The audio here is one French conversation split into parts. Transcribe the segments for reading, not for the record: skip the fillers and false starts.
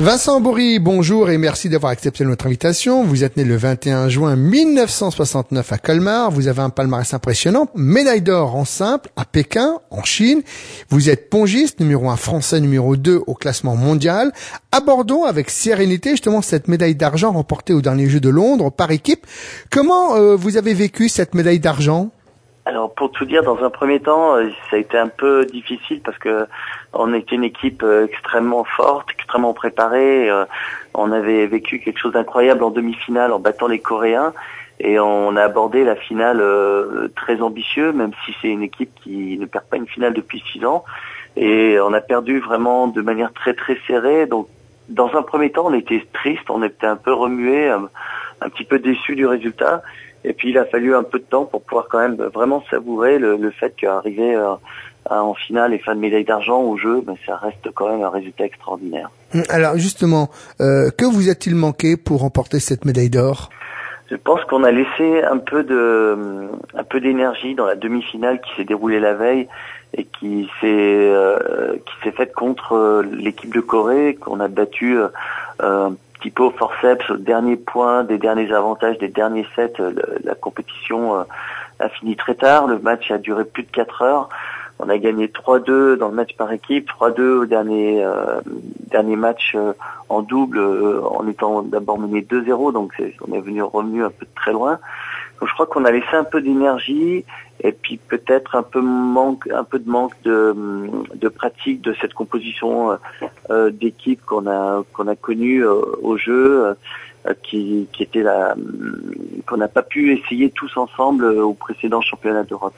Vincent Bory, bonjour et merci d'avoir accepté notre invitation. Vous êtes né le 21 juin 1969 à Colmar. Vous avez un palmarès impressionnant. Médaille d'or en simple à Pékin, en Chine. Vous êtes pongiste, numéro 1 français, numéro 2 au classement mondial. Abordons avec sérénité justement cette médaille d'argent remportée au dernier Jeux de Londres par équipe. Comment vous avez vécu cette médaille d'argent ? Alors pour tout dire, dans un premier temps, ça a été un peu difficile parce que on était une équipe extrêmement forte, extrêmement préparée. On avait vécu quelque chose d'incroyable en demi-finale en battant les Coréens et on a abordé la finale très ambitieux, même si c'est une équipe qui ne perd pas une finale depuis 6 ans. Et on a perdu vraiment de manière très très serrée. Donc dans un premier temps, on était triste, on était un peu remué, un petit peu déçu du résultat. Et puis il a fallu un peu de temps pour pouvoir quand même vraiment savourer le fait qu'arriver en finale et fin de médaille d'argent au jeu, ben, ça reste quand même un résultat extraordinaire. Alors justement, que vous a-t-il manqué pour remporter cette médaille d'or ? Je pense qu'on a laissé un peu d'énergie dans la demi-finale qui s'est déroulée la veille et qui s'est faite contre l'équipe de Corée qu'on a battue petit peu au forceps, au dernier point, des derniers avantages, des derniers sets. La compétition a fini très tard. Le match a duré plus de 4 heures. On a gagné 3-2 dans le match par équipe, 3-2 au dernier match en double, en étant d'abord mené 2-0. Donc on est revenu un peu de très loin. Donc je crois qu'on a laissé un peu d'énergie et puis peut-être un peu de manque de pratique de cette composition d'équipe qu'on a connue au jeu, qui était qu'on n'a pas pu essayer tous ensemble au précédent championnat d'Europe.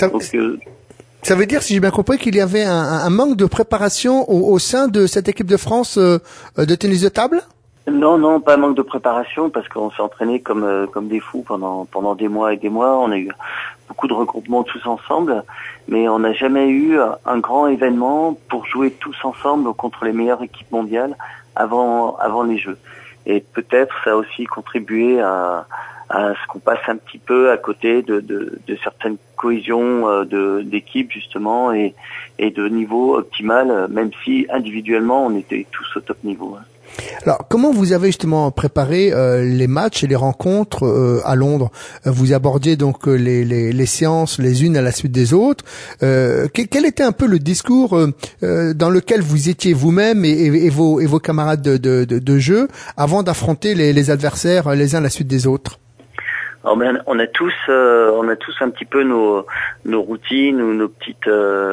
Ça veut dire, si j'ai bien compris, qu'il y avait un manque de préparation au sein de cette équipe de France de tennis de table ? Non, pas manque de préparation parce qu'on s'est entraîné comme des fous pendant des mois et des mois. On a eu beaucoup de regroupements tous ensemble, mais on n'a jamais eu un grand événement pour jouer tous ensemble contre les meilleures équipes mondiales avant les Jeux. Et peut-être ça a aussi contribué à ce qu'on passe un petit peu à côté de certaines cohésions d'équipes justement et de niveau optimal, même si individuellement on était tous au top niveau. Alors, comment vous avez justement préparé les matchs et les rencontres à Londres ? Vous abordiez donc les séances les unes à la suite des autres. Quel était un peu le discours dans lequel vous étiez vous-même et vos camarades de jeu avant d'affronter les adversaires les uns à la suite des autres ? Alors on a tous un petit peu nos routines ou nos petites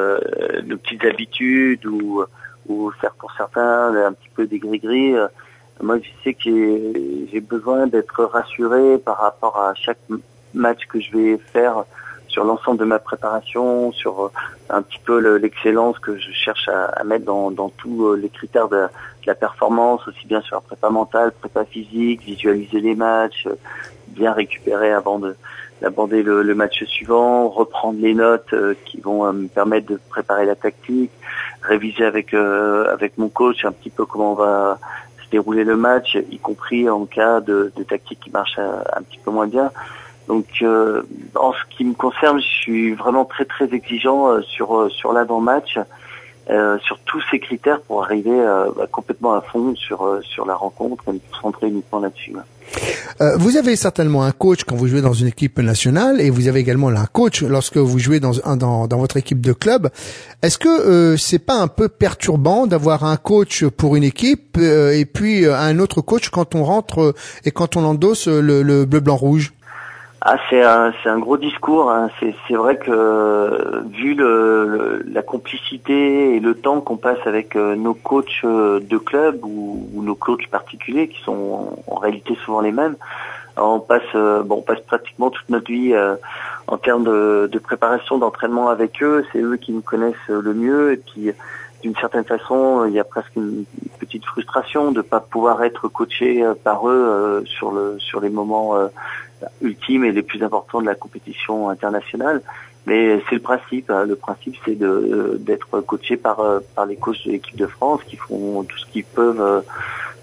habitudes ou faire pour certains un petit peu des gris-gris. Moi, je sais que j'ai besoin d'être rassuré par rapport à chaque match que je vais faire sur l'ensemble de ma préparation, sur un petit peu l'excellence que je cherche à mettre dans tous les critères de la performance, aussi bien sur la prépa mentale, prépa physique, visualiser les matchs, bien récupérer avant d'aborder le match suivant, reprendre les notes qui vont me permettre de préparer la tactique, réviser avec mon coach un petit peu comment on va se dérouler le match, y compris en cas de tactique qui marche un petit peu moins bien. Donc en ce qui me concerne, je suis vraiment très très exigeant sur l'avant-match, sur tous ces critères pour arriver complètement à fond sur la rencontre et me concentrer uniquement là-dessus. Vous avez certainement un coach quand vous jouez dans une équipe nationale et vous avez également un coach lorsque vous jouez dans votre équipe de club. Est-ce que c'est pas un peu perturbant d'avoir un coach pour une équipe et puis un autre coach quand on rentre et quand on endosse le bleu blanc rouge ? Ah, c'est un gros discours, hein. C'est vrai que vu la complicité et le temps qu'on passe avec nos coachs de club ou nos coachs particuliers qui sont en réalité souvent les mêmes, on passe pratiquement toute notre vie en termes de préparation, d'entraînement avec eux. C'est eux qui nous connaissent le mieux et puis d'une certaine façon, il y a presque une petite frustration de pas pouvoir être coaché par eux sur les moments ultimes et les plus importants de la compétition internationale. Mais c'est le principe. Hein. Le principe, c'est d'être coaché par les coachs de l'équipe de France qui font tout ce qu'ils peuvent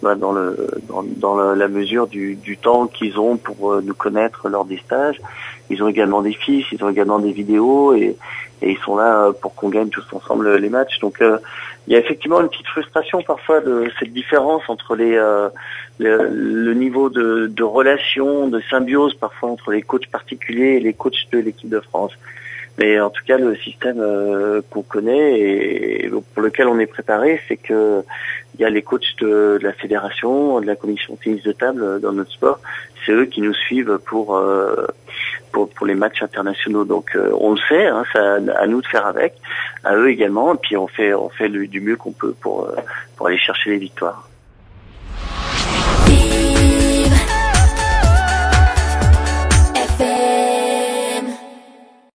dans la mesure du temps qu'ils ont pour nous connaître lors des stages. ils ont également des fiches, ils ont également des vidéos et ils sont là pour qu'on gagne tous ensemble les matchs. Donc il y a effectivement une petite frustration parfois de cette différence entre le niveau de relation, de symbiose parfois entre les coachs particuliers et les coachs de l'équipe de France. Mais en tout cas, le système qu'on connaît et pour lequel on est préparé, c'est que il y a les coachs de la fédération, de la commission tennis de table dans notre sport. C'est eux qui nous suivent pour les matchs internationaux. Donc on le sait, hein, ça à nous de faire avec, à eux également. Et puis on fait du mieux qu'on peut pour aller chercher les victoires.